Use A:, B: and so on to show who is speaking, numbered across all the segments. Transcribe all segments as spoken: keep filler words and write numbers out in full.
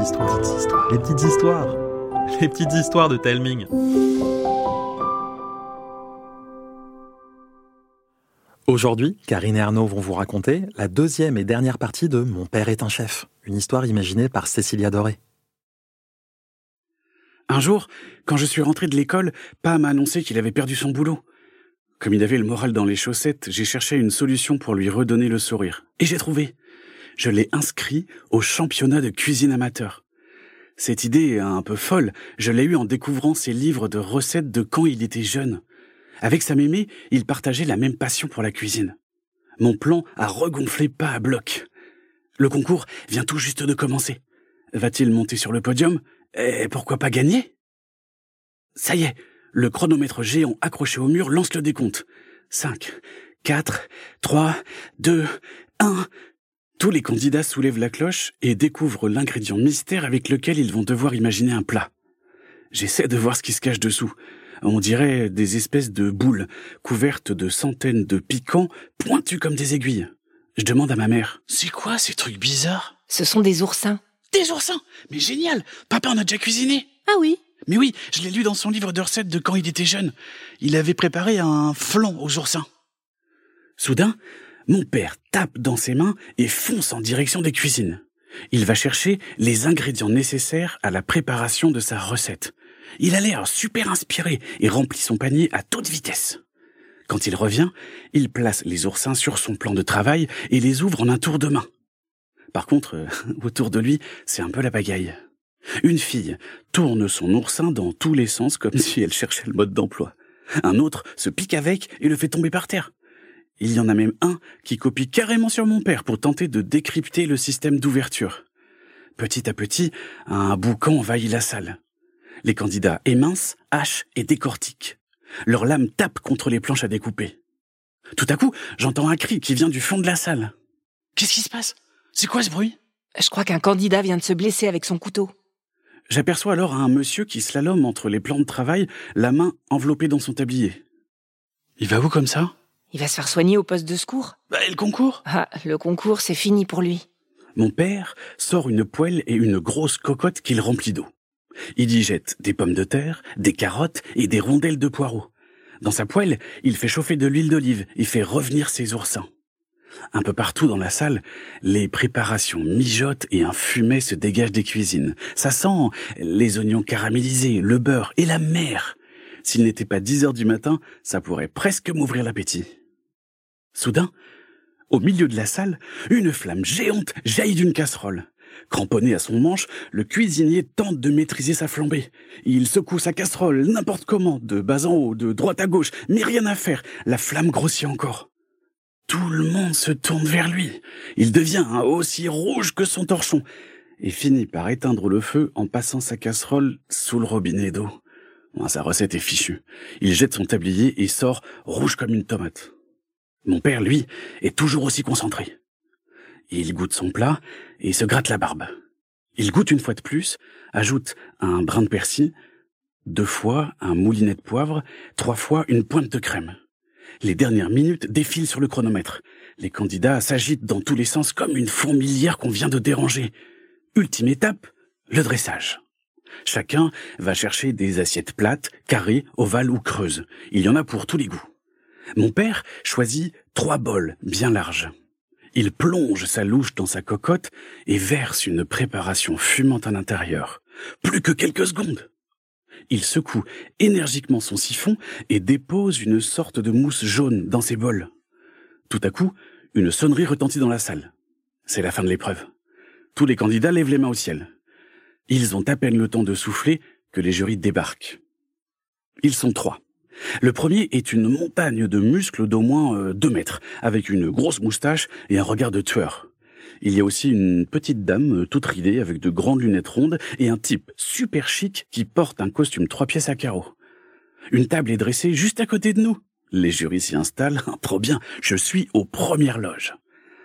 A: histoires, petites histoires, les petites histoires, les petites histoires de Telming. Aujourd'hui, Karine et Arnaud vont vous raconter la deuxième et dernière partie de Mon père est un chef, une histoire imaginée par Cécilia Doré.
B: Un jour, quand je suis rentré de l'école, Pa m'a annoncé qu'il avait perdu son boulot. Comme il avait le moral dans les chaussettes, j'ai cherché une solution pour lui redonner le sourire. Et j'ai trouvé. Je l'ai inscrit au championnat de cuisine amateur. Cette idée, un peu folle, je l'ai eue en découvrant ses livres de recettes de quand il était jeune. Avec sa mémé, il partageait la même passion pour la cuisine. Mon plan a regonflé Pa à bloc. Le concours vient tout juste de commencer. Va-t-il monter sur le podium ? Et pourquoi pas gagner ? Ça y est, le chronomètre géant accroché au mur lance le décompte. cinq, quatre, trois, deux, un... Tous les candidats soulèvent la cloche et découvrent l'ingrédient mystère avec lequel ils vont devoir imaginer un plat. J'essaie de voir ce qui se cache dessous. On dirait des espèces de boules, couvertes de centaines de piquants, pointus comme des aiguilles. Je demande à ma mère. « C'est quoi ces trucs bizarres ?»
C: « Ce sont des oursins. »«
B: Des oursins ? Mais génial ! Papa en a déjà cuisiné !»«
C: Ah oui ?»
B: Mais oui, je l'ai lu dans son livre de recettes de quand il était jeune. Il avait préparé un flan aux oursins. Soudain, mon père tape dans ses mains et fonce en direction des cuisines. Il va chercher les ingrédients nécessaires à la préparation de sa recette. Il a l'air super inspiré et remplit son panier à toute vitesse. Quand il revient, il place les oursins sur son plan de travail et les ouvre en un tour de main. Par contre, euh, autour de lui, c'est un peu la pagaille. Une fille tourne son oursin dans tous les sens comme si elle cherchait le mode d'emploi. Un autre se pique avec et le fait tomber par terre. Il y en a même un qui copie carrément sur mon père pour tenter de décrypter le système d'ouverture. Petit à petit, un boucan envahit la salle. Les candidats émincent, hachent et décortiquent. Leurs lames tapent contre les planches à découper. Tout à coup, j'entends un cri qui vient du fond de la salle. Qu'est-ce qui se passe ? C'est quoi ce bruit ?
C: Je crois qu'un candidat vient de se blesser avec son couteau.
B: J'aperçois alors un monsieur qui slalome entre les plans de travail, la main enveloppée dans son tablier. Il va où comme ça ?
C: Il va se faire soigner au poste de secours.
B: Bah, et le concours ?
C: Ah, le concours, c'est fini pour lui.
B: Mon père sort une poêle et une grosse cocotte qu'il remplit d'eau. Il y jette des pommes de terre, des carottes et des rondelles de poireaux. Dans sa poêle, il fait chauffer de l'huile d'olive et fait revenir ses oursins. Un peu partout dans la salle, les préparations mijotent et un fumet se dégage des cuisines. Ça sent les oignons caramélisés, le beurre et la mer. S'il n'était pas dix heures du matin, ça pourrait presque m'ouvrir l'appétit. Soudain, au milieu de la salle, une flamme géante jaillit d'une casserole. Cramponné à son manche, le cuisinier tente de maîtriser sa flambée. Il secoue sa casserole n'importe comment, de bas en haut, de droite à gauche, mais rien à faire, la flamme grossit encore. Tout le monde se tourne vers lui. Il devient aussi rouge que son torchon et finit par éteindre le feu en passant sa casserole sous le robinet d'eau. Bon, sa recette est fichue. Il jette son tablier et sort rouge comme une tomate. Mon père, lui, est toujours aussi concentré. Il goûte son plat et se gratte la barbe. Il goûte une fois de plus, ajoute un brin de persil, deux fois un moulinet de poivre, trois fois une pointe de crème. Les dernières minutes défilent sur le chronomètre. Les candidats s'agitent dans tous les sens comme une fourmilière qu'on vient de déranger. Ultime étape, le dressage. Chacun va chercher des assiettes plates, carrées, ovales ou creuses. Il y en a pour tous les goûts. Mon père choisit trois bols bien larges. Il plonge sa louche dans sa cocotte et verse une préparation fumante à l'intérieur. Plus que quelques secondes. Il secoue énergiquement son siphon et dépose une sorte de mousse jaune dans ses bols. Tout à coup, une sonnerie retentit dans la salle. C'est la fin de l'épreuve. Tous les candidats lèvent les mains au ciel. Ils ont à peine le temps de souffler que les jurys débarquent. Ils sont trois. Le premier est une montagne de muscles d'au moins euh, deux mètres, avec une grosse moustache et un regard de tueur. Il y a aussi une petite dame toute ridée avec de grandes lunettes rondes et un type super chic qui porte un costume trois pièces à carreaux. Une table est dressée juste à côté de nous. Les jurys s'y installent. Trop bien, je suis aux premières loges.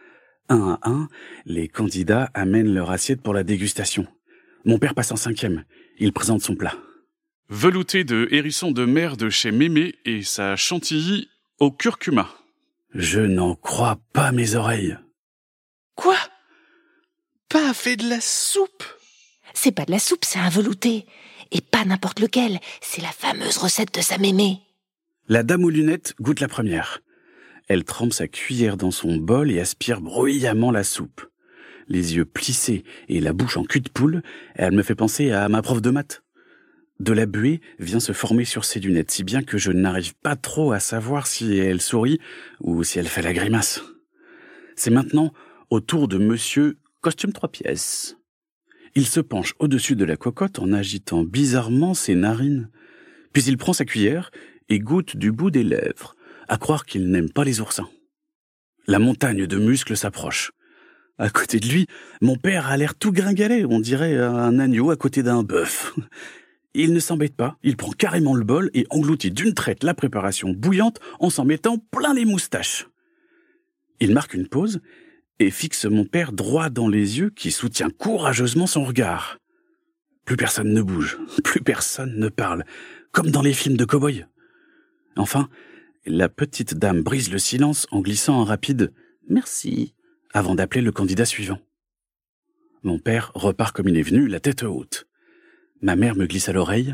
B: Un à un, les candidats amènent leur assiette pour la dégustation. Mon père passe en cinquième. Il présente son plat.
D: Velouté de hérisson de mer de chez Mémé et sa chantilly au curcuma.
B: Je n'en crois pas mes oreilles.
D: Quoi ? Pa a fait de la soupe ?
C: C'est pas de la soupe, c'est un velouté. Et pas n'importe lequel, c'est la fameuse recette de sa mémé.
B: La dame aux lunettes goûte la première. Elle trempe sa cuillère dans son bol et aspire bruyamment la soupe. Les yeux plissés et la bouche en cul de poule, elle me fait penser à ma prof de maths. De la buée vient se former sur ses lunettes, si bien que je n'arrive pas trop à savoir si elle sourit ou si elle fait la grimace. C'est maintenant au tour de monsieur Costume trois pièces. Il se penche au-dessus de la cocotte en agitant bizarrement ses narines. Puis il prend sa cuillère et goûte du bout des lèvres, à croire qu'il n'aime pas les oursins. La montagne de muscles s'approche. À côté de lui, mon père a l'air tout gringalet, on dirait un agneau à côté d'un bœuf. Il ne s'embête pas, il prend carrément le bol et engloutit d'une traite la préparation bouillante en s'en mettant plein les moustaches. Il marque une pause et fixe mon père droit dans les yeux qui soutient courageusement son regard. Plus personne ne bouge, plus personne ne parle, comme dans les films de cow-boys. Enfin, la petite dame brise le silence en glissant un rapide « merci » avant d'appeler le candidat suivant. Mon père repart comme il est venu, la tête haute. Ma mère me glisse à l'oreille.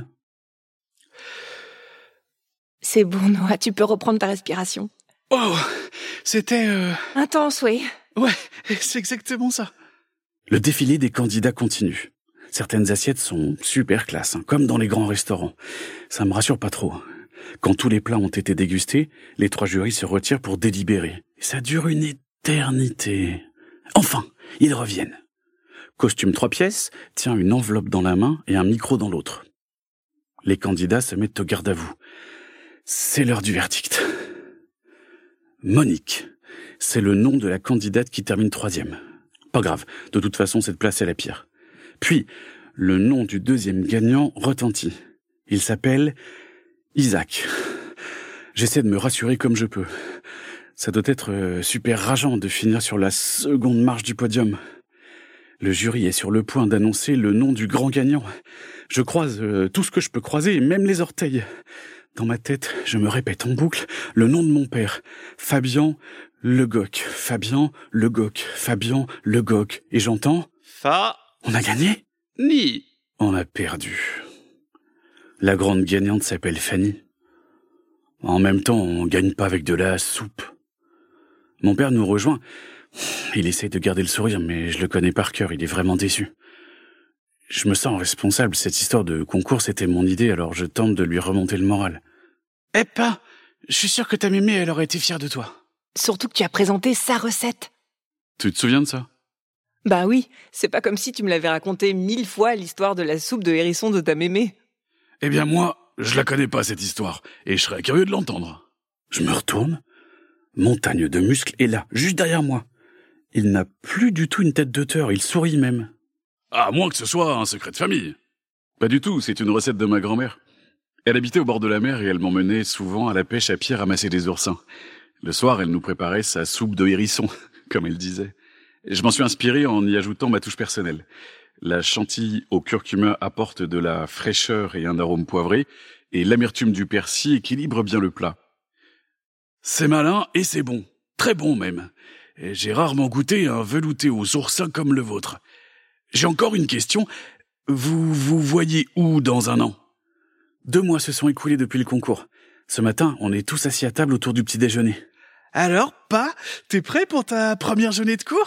C: C'est bon, Noah, tu peux reprendre ta respiration.
D: Oh, c'était... Euh...
C: Intense, oui.
D: Ouais, c'est exactement ça.
B: Le défilé des candidats continue. Certaines assiettes sont super classe, hein, comme dans les grands restaurants. Ça me rassure pas trop. Quand tous les plats ont été dégustés, les trois jurys se retirent pour délibérer. Et ça dure une éternité. Enfin, ils reviennent. Costume trois pièces tient une enveloppe dans la main et un micro dans l'autre. Les candidats se mettent au garde à vous. C'est l'heure du verdict. Monique, c'est le nom de la candidate qui termine troisième. Pas grave, de toute façon cette place est la pire. Puis, le nom du deuxième gagnant retentit. Il s'appelle Isaac. J'essaie de me rassurer comme je peux. Ça doit être super rageant de finir sur la seconde marche du podium. Le jury est sur le point d'annoncer le nom du grand gagnant. Je croise euh, tout ce que je peux croiser, même les orteils. Dans ma tête, je me répète en boucle le nom de mon père. Fabian Le Goc. Fabian Le Goc. Fabian Le Goc. Et j'entends...
D: Fa...
B: On a gagné ?
D: Ni...
B: On a perdu. La grande gagnante s'appelle Fanny. En même temps, on gagne pas avec de la soupe. Mon père nous rejoint. Il essaye de garder le sourire, mais je le connais par cœur, il est vraiment déçu. Je me sens responsable, cette histoire de concours, c'était mon idée, alors je tente de lui remonter le moral.
D: Eh pas, je suis sûr que ta mémé, elle aurait été fière de toi.
C: Surtout que tu as présenté sa recette.
D: Tu te souviens de ça ?
C: Bah oui, c'est pas comme si tu me l'avais raconté mille fois l'histoire de la soupe de hérisson de ta mémé.
D: Eh bien moi, je la connais pas cette histoire, et je serais curieux de l'entendre.
B: Je me retourne, montagne de muscles est là, juste derrière moi. Il n'a plus du tout une tête de teur, il sourit même.
D: À moins que ce soit un secret de famille. Pas du tout, c'est une recette de ma grand-mère. Elle habitait au bord de la mer et elle m'emmenait souvent à la pêche à pied ramasser des oursins. Le soir, elle nous préparait sa soupe de hérisson, comme elle disait. Je m'en suis inspiré en y ajoutant ma touche personnelle. La chantilly au curcuma apporte de la fraîcheur et un arôme poivré, et l'amertume du persil équilibre bien le plat. C'est malin et c'est bon, très bon même. Et j'ai rarement goûté un velouté aux oursins comme le vôtre. J'ai encore une question. Vous vous voyez où dans un an ?
B: Deux mois se sont écoulés depuis le concours. Ce matin, on est tous assis à table autour du petit déjeuner.
E: Alors, Pa, t'es prêt pour ta première journée de cours ?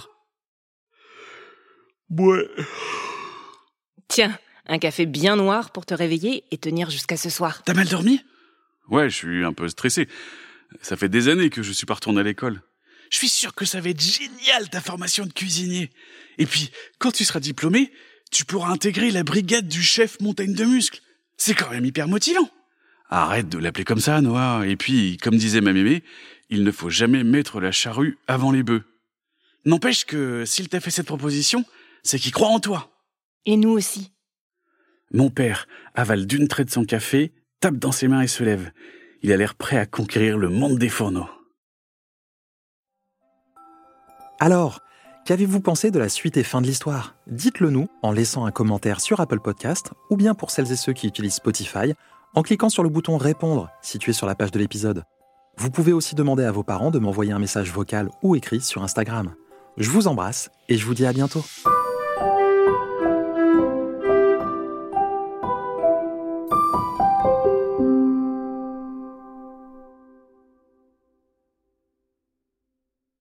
D: Ouais.
C: Tiens, un café bien noir pour te réveiller et tenir jusqu'à ce soir.
E: T'as mal dormi ?
D: Ouais, je suis un peu stressé. Ça fait des années que je suis pas retourné à l'école.
E: Je suis sûr que ça va être génial ta formation de cuisinier. Et puis, quand tu seras diplômé, tu pourras intégrer la brigade du chef montagne de muscles. C'est quand même hyper motivant.
D: Arrête de l'appeler comme ça, Noah. Et puis, comme disait ma mémé, il ne faut jamais mettre la charrue avant les bœufs.
E: N'empêche que s'il t'a fait cette proposition, c'est qu'il croit en toi.
C: Et nous aussi.
B: Mon père avale d'une traite son café, tape dans ses mains et se lève. Il a l'air prêt à conquérir le monde des fourneaux.
A: Alors, qu'avez-vous pensé de la suite et fin de l'histoire ? Dites-le nous en laissant un commentaire sur Apple Podcast ou bien pour celles et ceux qui utilisent Spotify, en cliquant sur le bouton « Répondre » situé sur la page de l'épisode. Vous pouvez aussi demander à vos parents de m'envoyer un message vocal ou écrit sur Instagram. Je vous embrasse et je vous dis à bientôt.